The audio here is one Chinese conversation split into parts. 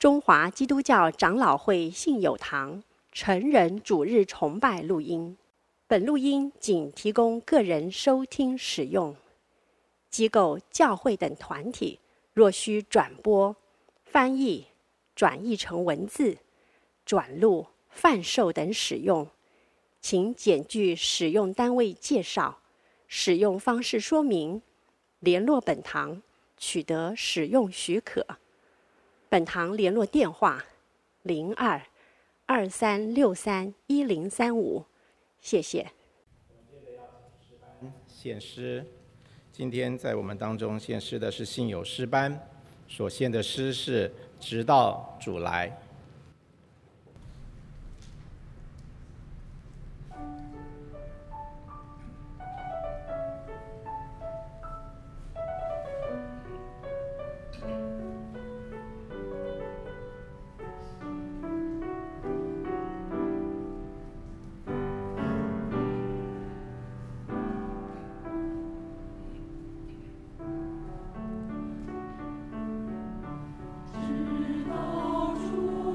中华基督教长老会信友堂成人主日崇拜录音。本录音仅提供个人收听使用，机构、教会等团体若需转播、翻译、转译成文字、转录、贩售等使用，请检具使用单位介绍、使用方式说明，联络本堂取得使用许可。本堂联络电话02-2363-1035，谢谢。 献诗，今天在我们当中献诗的是信友诗班，所献的诗是《直到主来》。 直到主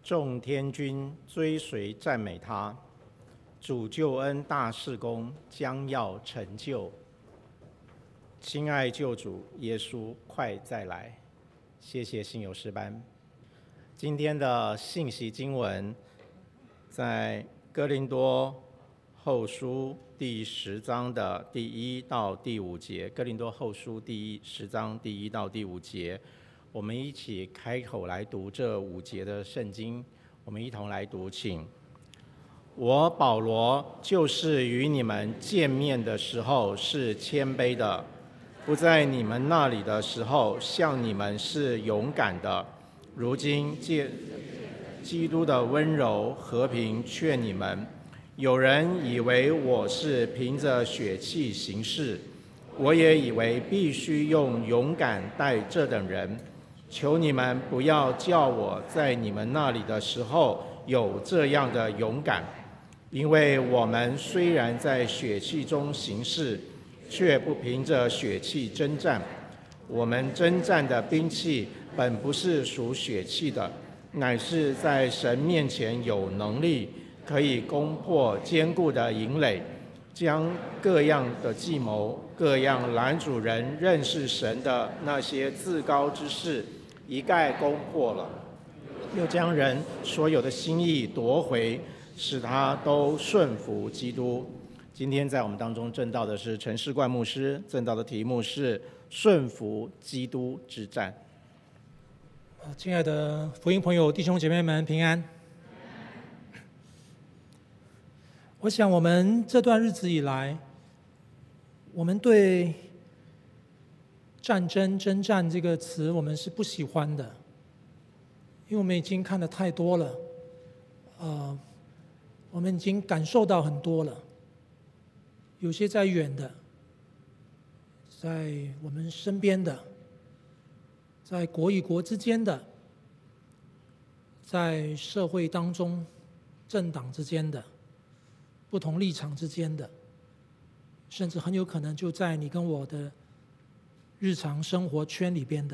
众天军追随赞美他。主救恩大事工将要成就。亲爱救主耶稣，快再来！谢谢信友诗班。今天的信息经文在哥林多后书第10章的第1到第5节。哥林多后书第10章第1到第5节，我们一起开口来读这5节的圣经。我们一同来读，请。我保罗就是与你们见面的时候是谦卑的，不在你们那里的时候向你们是勇敢的。如今借基督的温柔和平劝你们。有人以为我是凭着血气行事，我也以为必须用勇敢待这等人。求你们不要叫我在你们那里的时候有这样的勇敢。因为我们虽然在血气中行事，却不凭着血气征战。我们征战的兵器本不是属血气的，乃是在神面前有能力，可以攻破坚固的营垒，将各样的计谋、各样拦阻人认识神的那些自高之事一概攻破了，又将人所有的心意夺回，使他都顺服基督。今天在我们当中证道的是陈世冠牧师，证道的题目是顺服基督之战。 亲爱的福音朋友、弟兄姐妹们，平安。我想我们这段日子以来，我们对战争、征战这个词我们是不喜欢的，因为我们已经看得太多了，我们已经感受到很多了，有些在远的，在我们身边的，在国与国之间的，在社会当中政党之间的，不同立场之间的，甚至很有可能就在你跟我的日常生活圈里边的。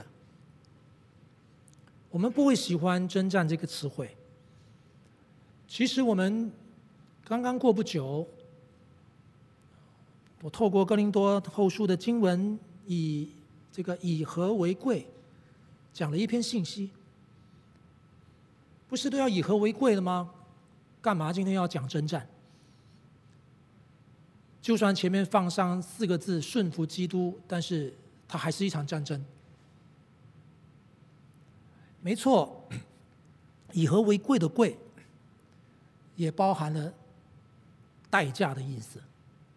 我们不会喜欢征战这个词汇。其实我们刚刚过不久，我透过哥林多后书的经文，以和为贵，讲了一篇信息。不是都要以和为贵了吗？干嘛今天要讲征战？就算前面放上4个字顺服基督，但是它还是一场战争。没错，以和为贵的贵，也包含了代价的意思。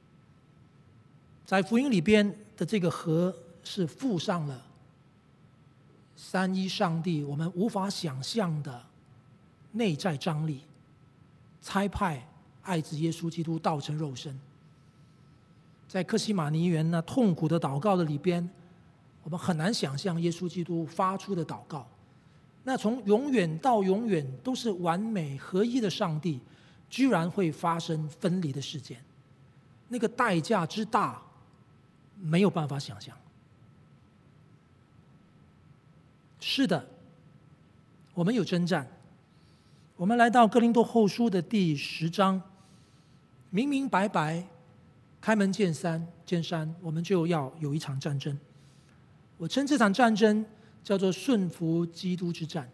在福音里边的这个和是附上了三一上帝我们无法想象的内在张力，差派爱子耶稣基督道成肉身。在客西马尼园那痛苦的祷告的里边，我们很难想象耶稣基督发出的祷告。那从永远到永远都是完美合一的上帝，居然会发生分离的事件，那个代价之大，没有办法想象。是的，我们有征战。我们来到哥林多后书的第10章，明明白白，开门见山，我们就要有一场战争。我称这场战争叫做顺服基督之战。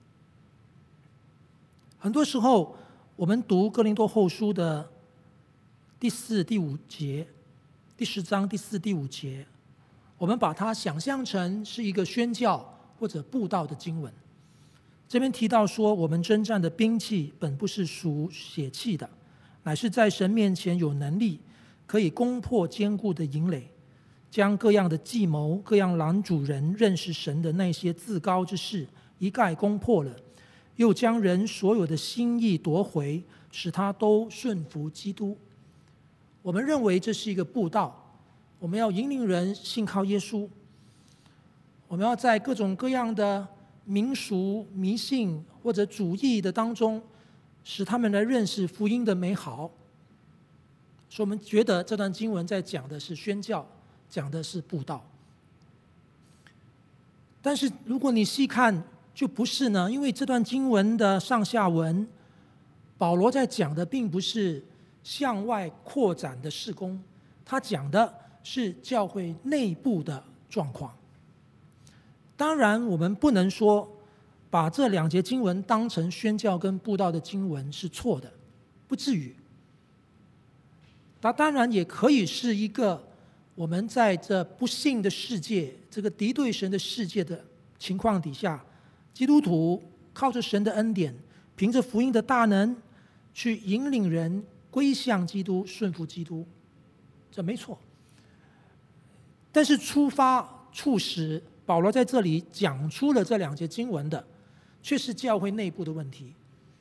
很多时候，我们读哥林多后书的第4、第5节，第10章第4、第5节，我们把它想象成是一个宣教或者布道的经文。这边提到说，我们征战的兵器本不是属血气的，乃是在神面前有能力，可以攻破坚固的营垒，将各样的计谋、各样拦阻人认识神的那些自高之事一概攻破了，又将人所有的心意夺回，使他都顺服基督。我们认为这是一个布道，我们要引领人信靠耶稣，我们要在各种各样的民俗、迷信或者主义的当中，使他们来认识福音的美好。所以我们觉得这段经文在讲的是宣教，讲的是布道。但是如果你细看就不是呢？因为这段经文的上下文，保罗在讲的并不是向外扩展的事工，他讲的是教会内部的状况。当然，我们不能说把这2节经文当成宣教跟布道的经文是错的，不至于。它当然也可以是一个我们在这不幸的世界、这个敌对神的世界的情况底下，基督徒靠着神的恩典，凭着福音的大能，去引领人归向基督、顺服基督，这没错。但是促使保罗在这里讲出了这2节经文的，却是教会内部的问题。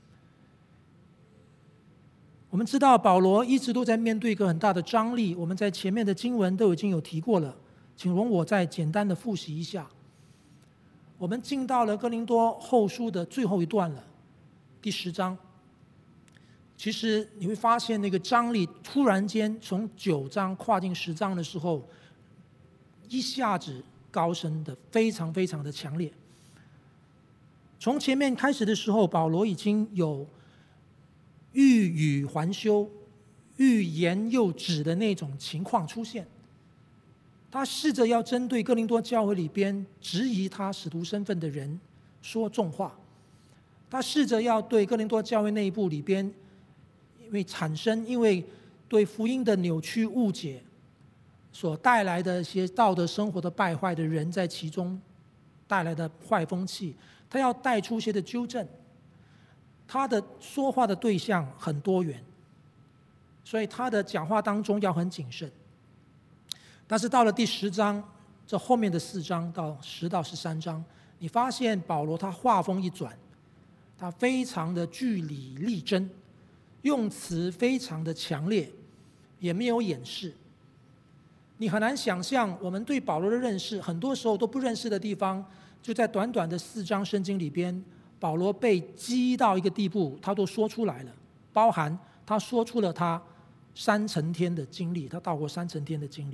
我们知道保罗一直都在面对一个很大的张力，我们在前面的经文都已经有提过了，请容我再简单的复习一下。我们进到了哥林多后书的最后一段了，第10章。其实你会发现那个张力突然间从9章跨进10章的时候，一下子高升的非常非常的强烈。从前面开始的时候，保罗已经有欲语还休、欲言又止的那种情况出现。他试着要针对哥林多教会里边质疑他使徒身份的人说重话，他试着要对哥林多教会内部里边因为对福音的扭曲误解所带来的一些道德生活的败坏的人在其中带来的坏风气，他要带出一些的纠正。他的说话的对象很多元，所以他的讲话当中要很谨慎。但是到了第10章，这后面的4章到10到13章，你发现保罗他话锋一转，他非常的据理力争，用词非常的强烈，也没有掩饰。你很难想象我们对保罗的认识，很多时候都不认识的地方，就在短短的4章圣经里边，保罗被激到一个地步，他都说出来了，包含他说出了他3层天的经历，他到过3层天的经历。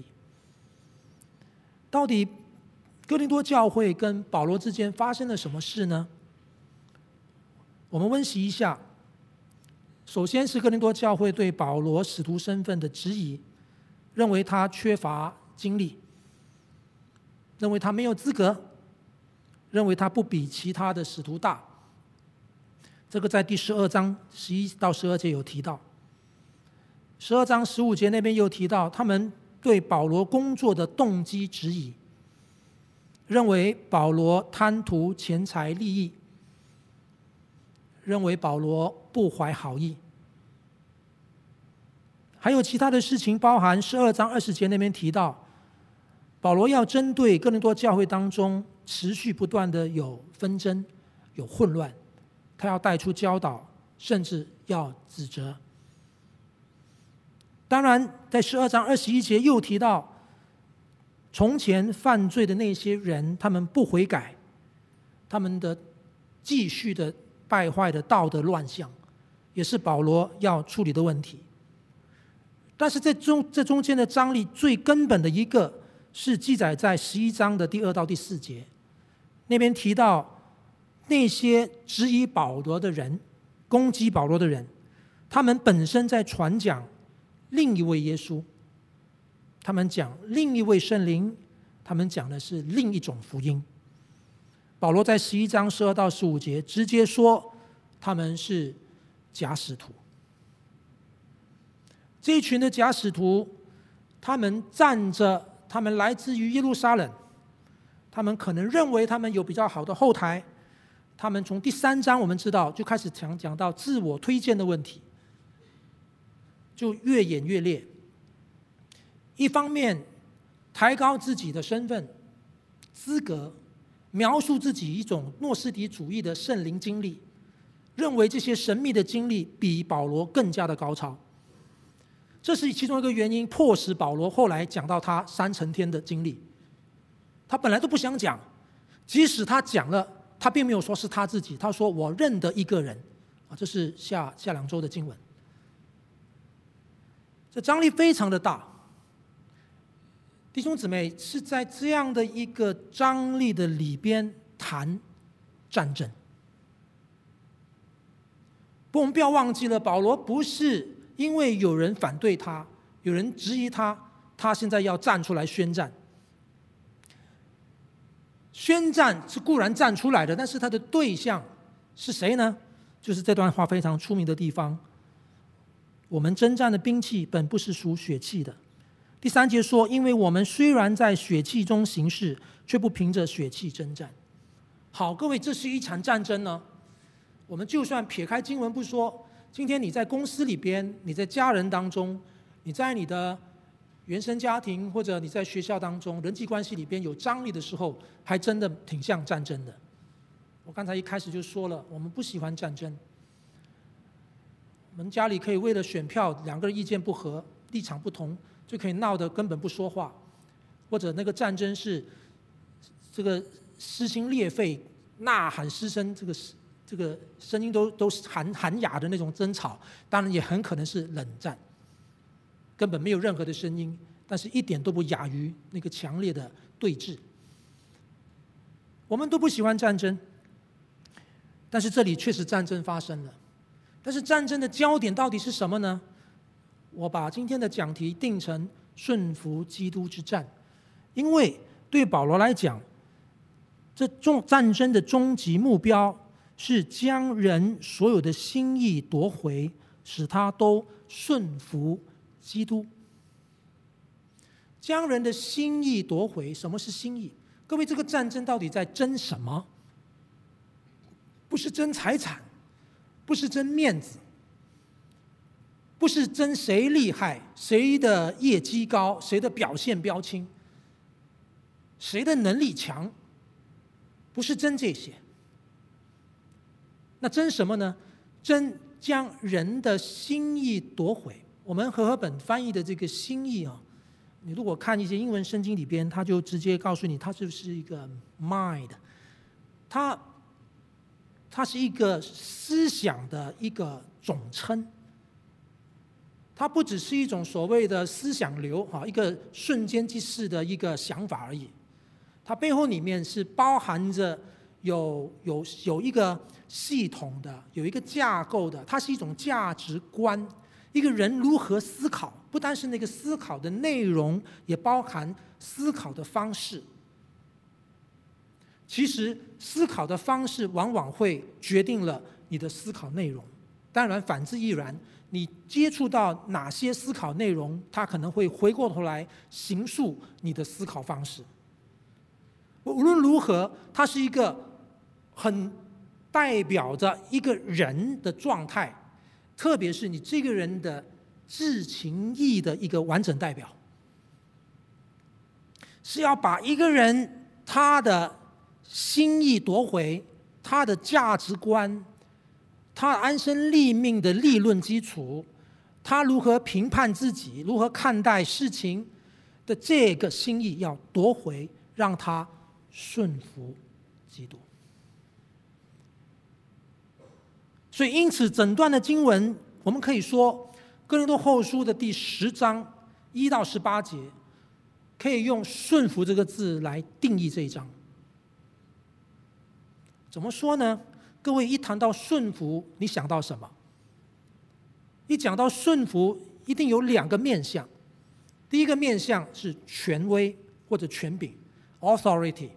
到底哥林多教会跟保罗之间发生了什么事呢？我们温习一下。首先是哥林多教会对保罗使徒身份的质疑，认为他缺乏经历，认为他没有资格，认为他不比其他的使徒大。这个在第12章11到12节有提到，12章15节那边又提到他们对保罗工作的动机质疑，认为保罗贪图钱财利益，认为保罗不怀好意。还有其他的事情，包含12章20节那边提到，保罗要针对哥林多教会当中持续不断的有纷争、有混乱，他要带出教导，甚至要指责。当然在12章21节又提到，从前犯罪的那些人，他们不悔改，他们的继续的败坏的道德乱象，也是保罗要处理的问题。但是这中间的张力最根本的一个是记载在11章的第2到第4节，那边提到那些质疑保罗的人、攻击保罗的人，他们本身在传讲另一位耶稣，他们讲另一位圣灵，他们讲的是另一种福音。保罗在11章12到15节直接说他们是假使徒。这一群的假使徒，他们站着，他们来自于耶路撒冷，他们可能认为他们有比较好的后台，他们从第3章我们知道就开始讲到自我推荐的问题，就越演越烈。一方面抬高自己的身份资格，描述自己一种诺斯底主义的圣灵经历，认为这些神秘的经历比保罗更加的高超。这是其中一个原因，迫使保罗后来讲到他3层天的经历。他本来都不想讲，即使他讲了，他并没有说是他自己，他说我认得一个人。这是下2周的经文。这张力非常的大。弟兄姊妹，是在这样的一个张力的里边谈战争。不过我们不要忘记了，保罗不是因为有人反对他，有人质疑他，他现在要站出来宣战。宣战是固然站出来的，但是他的对象是谁呢？就是这段话非常出名的地方，我们征战的兵器本不是属血气的。第3节说，因为我们虽然在血气中行事，却不凭着血气征战。好，各位，这是一场战争呢。我们就算撇开经文不说，今天你在公司里边，你在家人当中，你在你的原生家庭，或者你在学校当中人际关系里边有张力的时候，还真的挺像战争的。我刚才一开始就说了，我们不喜欢战争。我们家里可以为了选票，2个人意见不合，立场不同，就可以闹得根本不说话，或者那个战争是这个撕心裂肺、呐喊失声，这个声音都喊哑的那种争吵，当然也很可能是冷战，根本没有任何的声音，但是一点都不亚于那个强烈的对峙。我们都不喜欢战争，但是这里确实战争发生了。但是战争的焦点到底是什么呢？我把今天的讲题定成顺服基督之战，因为对保罗来讲，这战争的终极目标是将人所有的心意夺回，使他都顺服基督。将人的心意夺回，什么是心意？各位，这个战争到底在争什么？不是争财产，不是争面子，不是争谁厉害，谁的业绩高，谁的表现标青，谁的能力强，不是争这些。那争什么呢？争将人的心意夺回。我们和合本翻译的这个心意啊，你如果看一些英文圣经里边，他就直接告诉你，它就是一个 mind， 它是一个思想的一个总称，它不只是一种所谓的思想流，一个瞬间即逝的一个想法而已，它背后里面是包含着有一个系统的，有一个架构的，它是一种价值观，一个人如何思考，不单是那个思考的内容，也包含思考的方式。其实思考的方式往往会决定了你的思考内容，当然反之亦然，你接触到哪些思考内容，它可能会回过头来形塑你的思考方式。无论如何，它是一个很代表着一个人的状态，特别是你这个人的知情意的一个完整代表，是要把一个人他的心意夺回，他的价值观，他安身立命的立论基础，他如何评判自己，如何看待事情的这个心意要夺回，让他顺服基督。所以因此整段的经文，我们可以说哥林多后书的第10章1到18节，可以用顺服这个字来定义这一章。怎么说呢？各位，一谈到顺服，你想到什么？一讲到顺服，一定有2个面向。第一个面向是权威或者权柄 （authority）。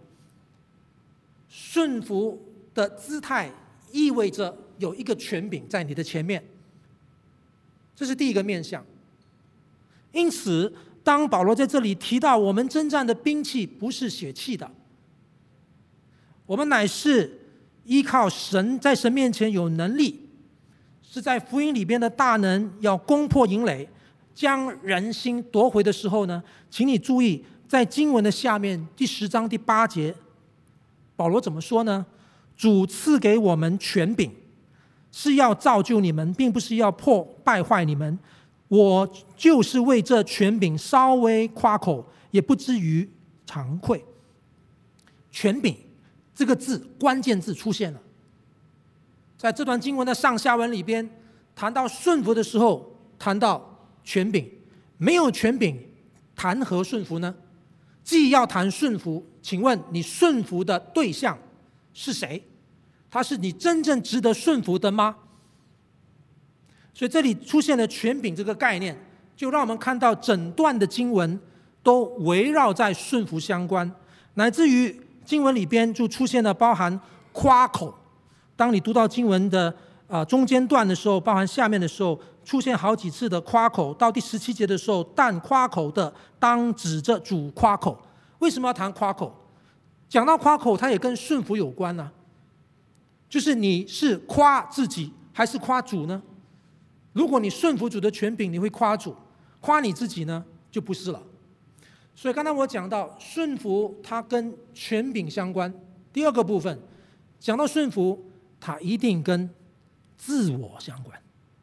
顺服的姿态意味着有一个权柄在你的前面，这是第一个面向。因此，当保罗在这里提到我们征战的兵器不是血气的，我们乃是依靠神，在神面前有能力，是在福音里边的大能，要攻破营垒，将人心夺回的时候呢，请你注意，在经文的下面第10章第8节，保罗怎么说呢？主赐给我们权柄，是要造就你们，并不是要败坏你们。我就是为这权柄稍微夸口，也不至于惭愧。权柄这个字，关键字出现了。在这段经文的上下文里边，谈到顺服的时候，谈到权柄，没有权柄，谈何顺服呢？既要谈顺服，请问你顺服的对象是谁？ 他是你真正值得顺服的吗？所以这里出现了权柄这个概念，就让我们看到整段的经文都围绕在顺服相关，乃至于经文里边就出现了包含夸口。当你读到经文的中间段的时候，包含下面的时候，出现好几次的夸口。到第17节的时候，但夸口的当指着主夸口。为什么要谈夸口？讲到夸口，它也跟顺服有关啊。就是你是夸自己还是夸主呢？如果你顺服主的权柄，你会夸主；夸你自己呢，就不是了。所以刚才我讲到顺服，它跟权柄相关。第二个部分讲到顺服，它一定跟自我相关。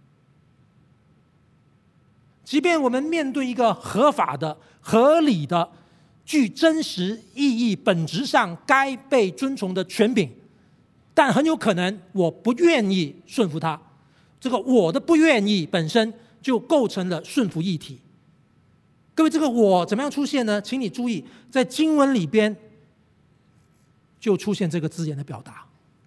即便我们面对一个合法的、合理的、具真实意义、本质上该被遵从的权柄，但很有可能我不愿意顺服它。这个我的不愿意本身就构成了顺服议题。各位，这个我怎么样出现呢？请你注意，在经文里边就出现这个字眼的表达。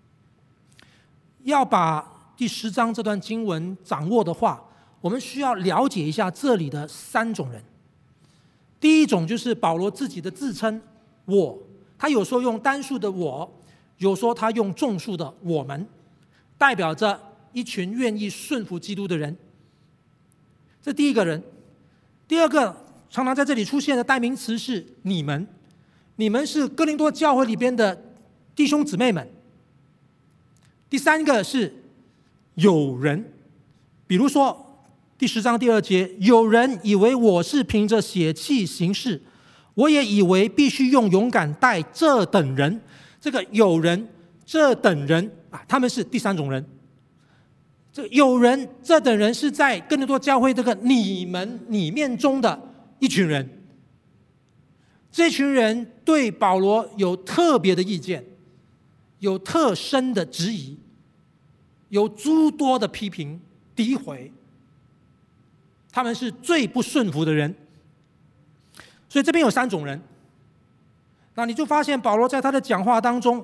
要把第10章这段经文掌握的话，我们需要了解一下这里的3种人。第一种就是保罗自己的自称我，他有时候用单数的我，有时候他用众数的我们，代表着一群愿意顺服基督的人。这第一个人。第二个常常在这里出现的代名词是你们，你们是哥林多教会里边的弟兄姊妹们。第三个是有人，比如说第10章第2节，有人以为我是凭着血气行事，我也以为必须用勇敢待这等人。这个有人、这等人他们是第3种人。这个有人、这等人是在哥林多教会这个你们里面中的一群人。这群人对保罗有特别的意见，有特深的质疑，有诸多的批评、诋毁。他们是最不顺服的人。所以这边有3种人。那你就发现保罗在他的讲话当中，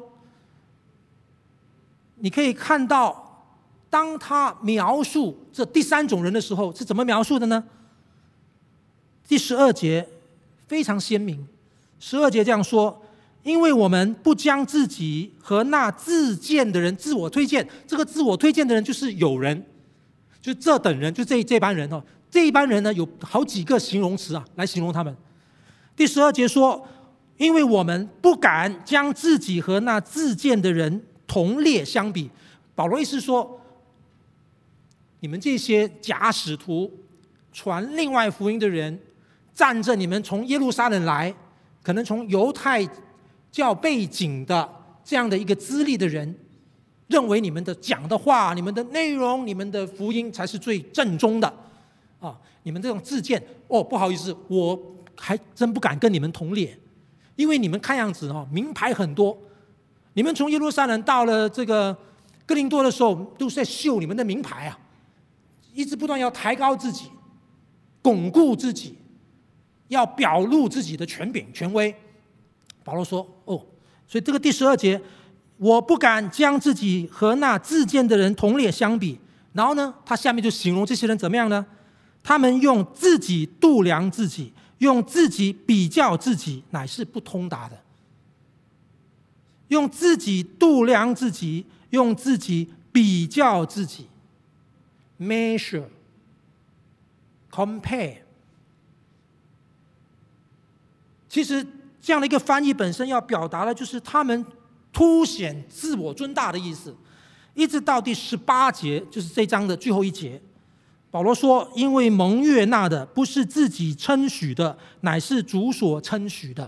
你可以看到当他描述这第3种人的时候是怎么描述的呢？第12节非常鲜明。12节这样说，因为我们不将自己和那自荐的人自我推荐。这个自我推荐的人就是有人，就是这等人，就这班人。这一班人呢，有好几个形容词来形容他们。第12节说，因为我们不敢将自己和那自荐的人同列相比。保罗意思说，你们这些假使徒传另外福音的人，站着你们从耶路撒冷来，可能从犹太教背景的这样的一个资历的人，认为你们的讲的话、你们的内容、你们的福音才是最正宗的你们这种自荐不好意思，我还真不敢跟你们同列，因为你们看样子名牌很多，你们从耶路撒冷到了这个哥林多的时候，都是在秀你们的名牌一直不断要抬高自己，巩固自己，要表露自己的权柄、权威。保罗说所以这个第12节，我不敢将自己和那自荐的人同列相比。然后呢，他下面就形容这些人怎么样呢？他们用自己度量自己，用自己比较自己，乃是不通达的。用自己度量自己，用自己比较自己 ，measure, compare。其实这样的一个翻译本身要表达的就是他们凸显自我尊大的意思。一直到第18节，就是这章的最后一节，保罗说，因为蒙悦纳的不是自己称许的，乃是主所称许的。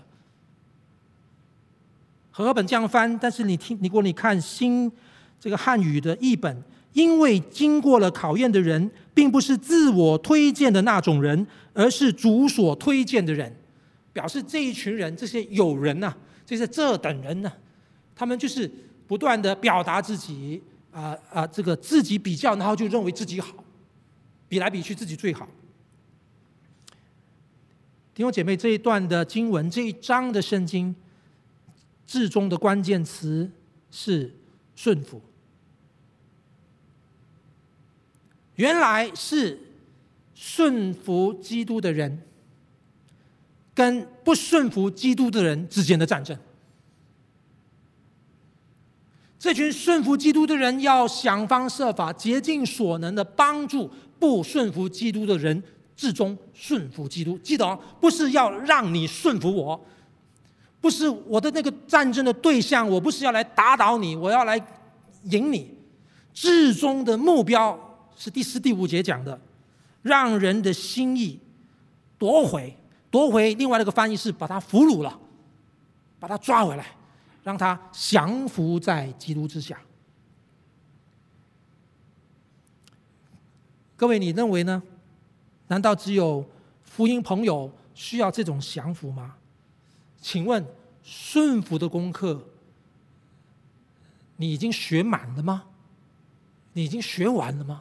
和合本这样翻，但是如果你看新这个汉语的译本，因为经过了考验的人，并不是自我推荐的那种人，而是主所推荐的人。表示这一群人，这些友人这些这等人他们就是不断的表达自己这个自己比较，然后就认为自己好，比来比去自己最好。弟兄姐妹，这一段的经文，这一章的圣经至终的关键词是顺服。原来是顺服基督的人跟不顺服基督的人之间的战争。这群顺服基督的人要想方设法竭尽所能的帮助不顺服基督的人至终顺服基督。记得哦，不是要让你顺服我，不是我的那个战争的对象，我不是要来打倒你，我要来赢你。至终的目标是第4、第5节讲的，让人的心意夺回。夺回另外一个翻译是把他俘虏了，把他抓回来，让他降服在基督之下。各位，你认为呢？难道只有福音朋友需要这种降服吗？请问顺服的功课你已经学满了吗？你已经学完了吗？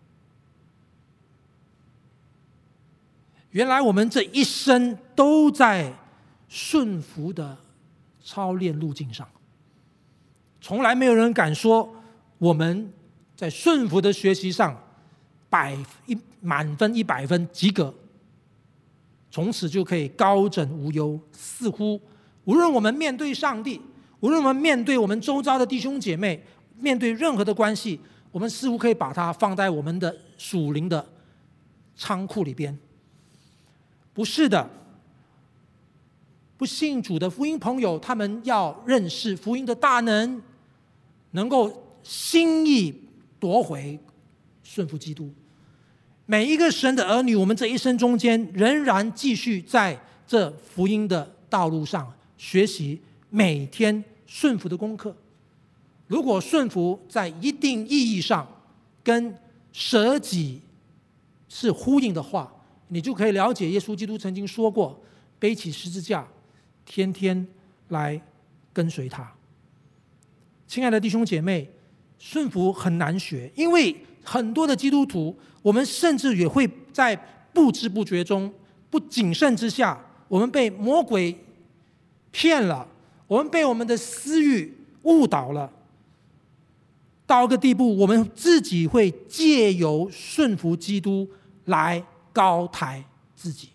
原来我们这一生都在顺服的操练路径上，从来没有人敢说我们在顺服的学习上满分100分及格，从此就可以高枕无忧。似乎无论我们面对上帝，无论我们面对我们周遭的弟兄姐妹，面对任何的关系，我们似乎可以把它放在我们的属灵的仓库里边。不是的，不信主的福音朋友，他们要认识福音的大能，能够心意夺回，顺服基督。每一个神的儿女，我们这一生中间仍然继续在这福音的道路上学习每天顺服的功课。如果顺服在一定意义上跟舍己是呼应的话，你就可以了解耶稣基督曾经说过，背起十字架天天来跟随他。亲爱的弟兄姐妹，顺服很难学，因为很多的基督徒，我们甚至也会在不知不觉中，不谨慎之下，我们被魔鬼骗了，我们被我们的私欲误导了，到一个地步，我们自己会借由顺服基督来高抬自己。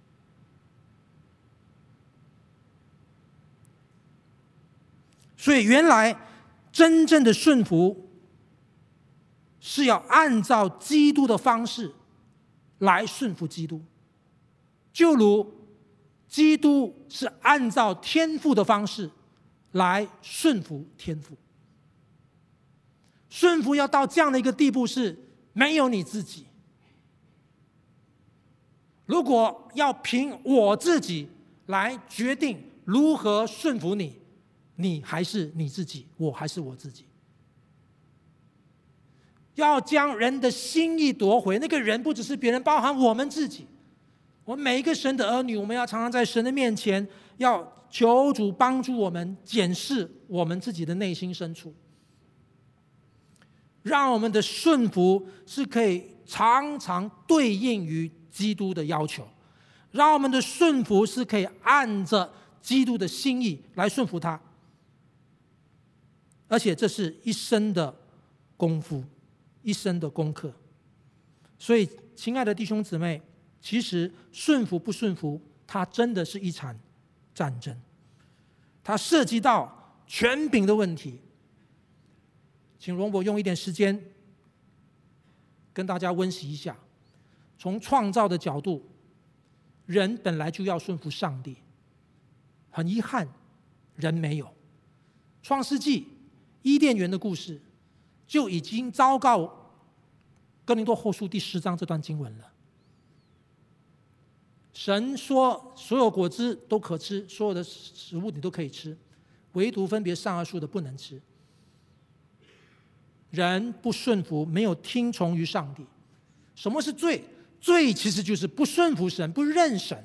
所以原来真正的顺服是要按照基督的方式来顺服基督，就如基督是按照天父的方式来顺服天父。顺服要到这样的一个地步，是没有你自己。如果要凭我自己来决定如何顺服你，你还是你自己，我还是我自己。要将人的心意夺回，那个人不只是别人，包含我们自己。我们每一个神的儿女，我们要常常在神的面前，要求主帮助我们检视我们自己的内心深处，让我们的顺服是可以常常对应于基督的要求，让我们的顺服是可以按着基督的心意来顺服他。而且这是一生的功夫，一生的功课。所以亲爱的弟兄姊妹，其实顺服不顺服，它真的是一场战争，它涉及到权柄的问题。请容我用一点时间跟大家温习一下。从创造的角度，人本来就要顺服上帝，很遗憾人没有。创世纪伊甸园的故事就已经昭告哥林多后书第10章这段经文了。神说所有果子都可吃，所有的食物你都可以吃，唯独分别善恶树的不能吃。人不顺服，没有听从于上帝。什么是罪？罪其实就是不顺服神，不认神。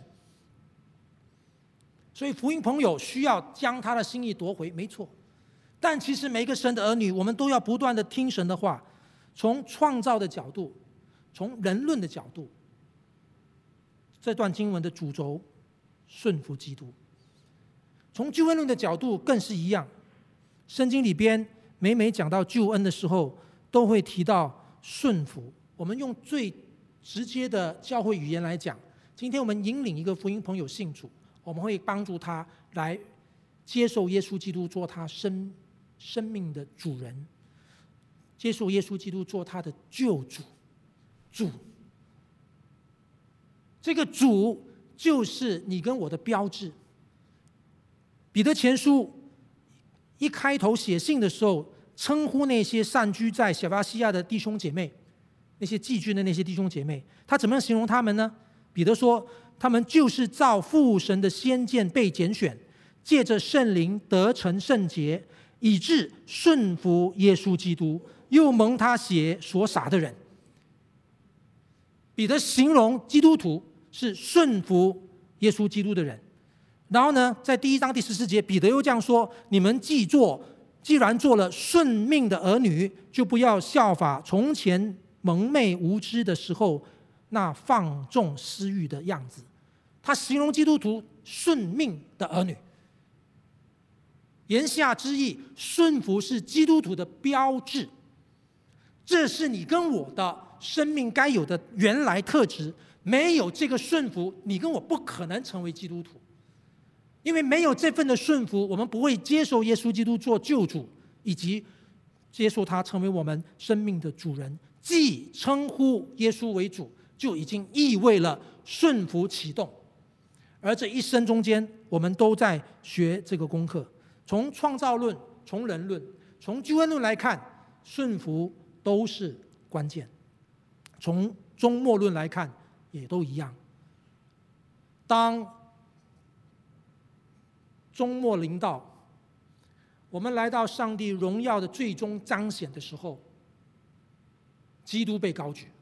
所以福音朋友需要将他的心意夺回，没错。但其实每一个神的儿女，我们都要不断的听神的话，从创造的角度，从人论的角度，这段经文的主轴顺服基督。从救恩论的角度更是一样，圣经里边每每讲到救恩的时候，都会提到顺服。我们用最直接的教会语言来讲，今天我们引领一个福音朋友信主，我们会帮助他来接受耶稣基督做他生命的主人，接受耶稣基督做他的救主。主，这个主就是你跟我的标志。彼得前书一开头写信的时候，称呼那些散居在小亚细亚的弟兄姐妹，那些寄居的那些弟兄姐妹，他怎么样形容他们呢？彼得说，他们就是照父神的先见被拣选，借着圣灵得成圣洁，以致顺服耶稣基督，又蒙他血所洒的人。彼得形容基督徒是顺服耶稣基督的人。然后呢，在第1章第14节，彼得又这样说：你们既然做了顺命的儿女，就不要效法从前蒙昧无知的时候那放纵私欲的样子。他形容基督徒顺命的儿女，言下之意，顺服是基督徒的标志，这是你跟我的生命该有的原来特质。没有这个顺服，你跟我不可能成为基督徒。因为没有这份的顺服，我们不会接受耶稣基督做救主，以及接受他成为我们生命的主人。既称呼耶稣为主，就已经意味了顺服启动。而这一生中间，我们都在学这个功课。从创造论、从人论、从救恩论来看，顺服都是关键。从终末论来看，也都一样。当终末临到，我们来到上帝荣耀的最终彰显的时候，基督被高举。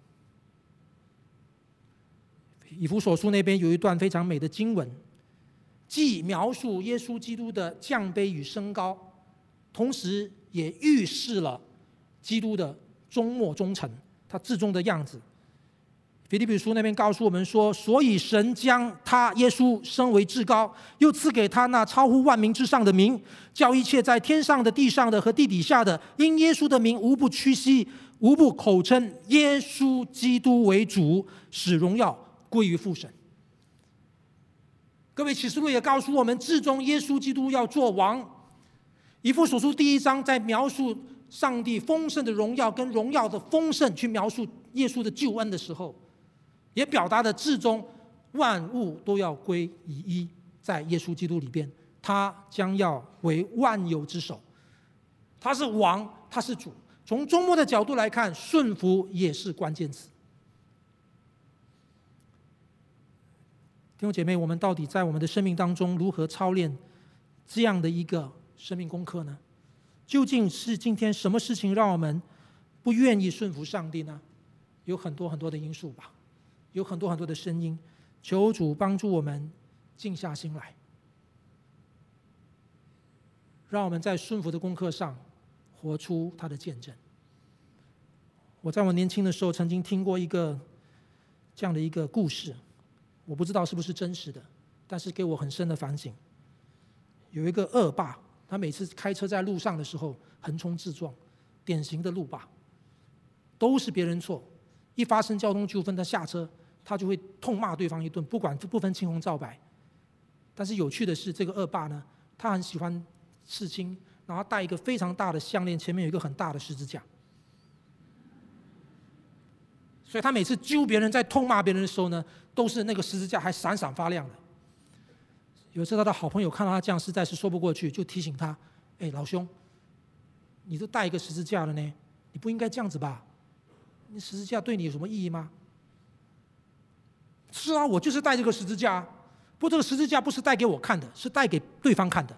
以弗所书那边有一段非常美的经文，既描述耶稣基督的降卑与升高，同时也预示了基督的终末忠诚，他至终的样子。腓立比书那边告诉我们说，所以神将他耶稣升为至高，又赐给他那超乎万民之上的名，叫一切在天上的、地上的和地底下的，因耶稣的名无不屈膝，无不口称耶稣基督为主，使荣耀归于父神。各位，启示录也告诉我们，至终耶稣基督要做王。以弗所书第1章在描述上帝丰盛的荣耀跟荣耀的丰盛，去描述耶稣的救恩的时候，也表达了至终万物都要归于一，在耶稣基督里边，他将要为万有之首，他是王，他是主。从终末的角度来看，顺服也是关键词。弟兄姐妹，我们到底在我们的生命当中如何操练这样的一个生命功课呢？究竟是今天什么事情让我们不愿意顺服上帝呢？有很多很多的因素吧，有很多很多的声音。求主帮助我们静下心来，让我们在顺服的功课上活出他的见证。我在我年轻的时候曾经听过一个这样的一个故事，我不知道是不是真实的，但是给我很深的反省。有一个恶霸，他每次开车在路上的时候横冲直撞，典型的路霸，都是别人错。一发生交通纠纷，他下车，他就会痛骂对方一顿，不分青红皂白。但是有趣的是，这个恶霸呢，他很喜欢刺青，然后戴一个非常大的项链，前面有一个很大的十字架。所以他每次揪别人在痛骂别人的时候呢，都是那个十字架还闪闪发亮的。有一次他的好朋友看到他这样，实在是说不过去，就提醒他：“哎，老兄，你都带一个十字架了呢，你不应该这样子吧？那十字架对你有什么意义吗？”“是啊，我就是带这个十字架，不过这个十字架不是带给我看的，是带给对方看的。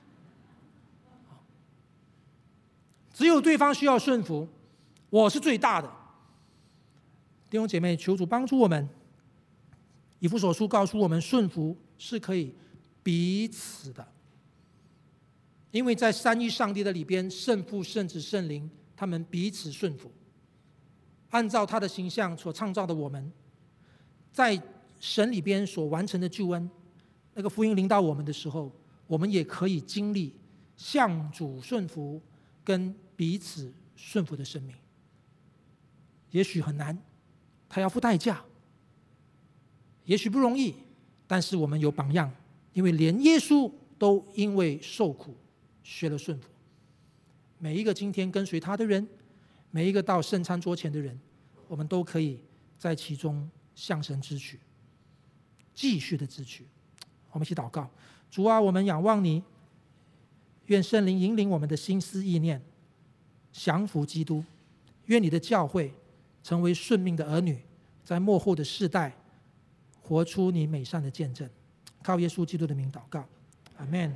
只有对方需要顺服，我是最大的。”弟兄姐妹，求主帮助我们。以弗所书告诉我们，顺服是可以彼此的，因为在三一上帝的里边，圣父、圣子、圣灵，他们彼此顺服，按照他的形象所创造的我们，在神里边所完成的救恩，那个福音临到我们的时候，我们也可以经历向主顺服跟彼此顺服的生命。也许很难，他要付代价，也许不容易，但是我们有榜样，因为连耶稣都因为受苦学了顺服。每一个今天跟随他的人，每一个到圣餐桌前的人，我们都可以在其中向神支取，继续的支取。我们一起祷告。主啊，我们仰望你，愿圣灵引领我们的心思意念，降服基督。愿你的教会成为顺命的儿女，在末后的世代活出你美善的见证。靠耶稣基督的名祷告，阿们。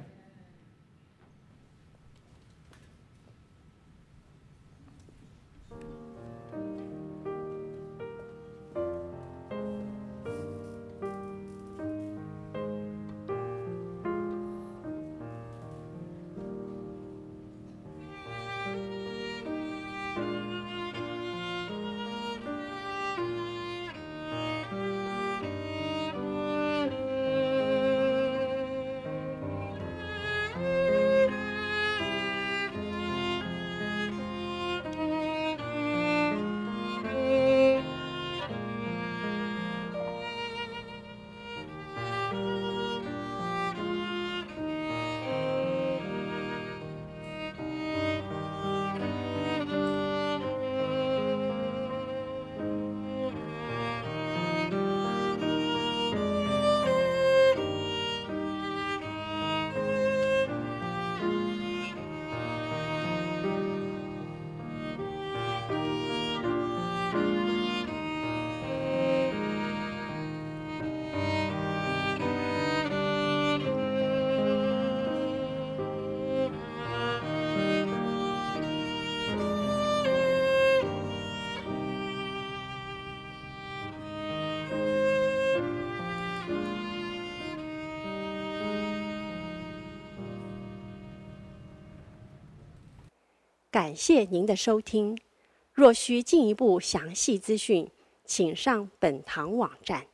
感谢您的收听。若需进一步详细资讯，请上本堂网站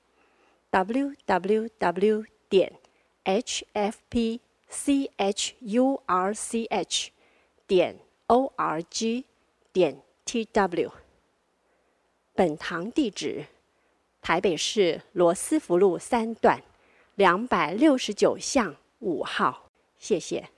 www.hfpchurch.org.tw。本堂地址：台北市罗斯福路3段269巷5号。谢谢。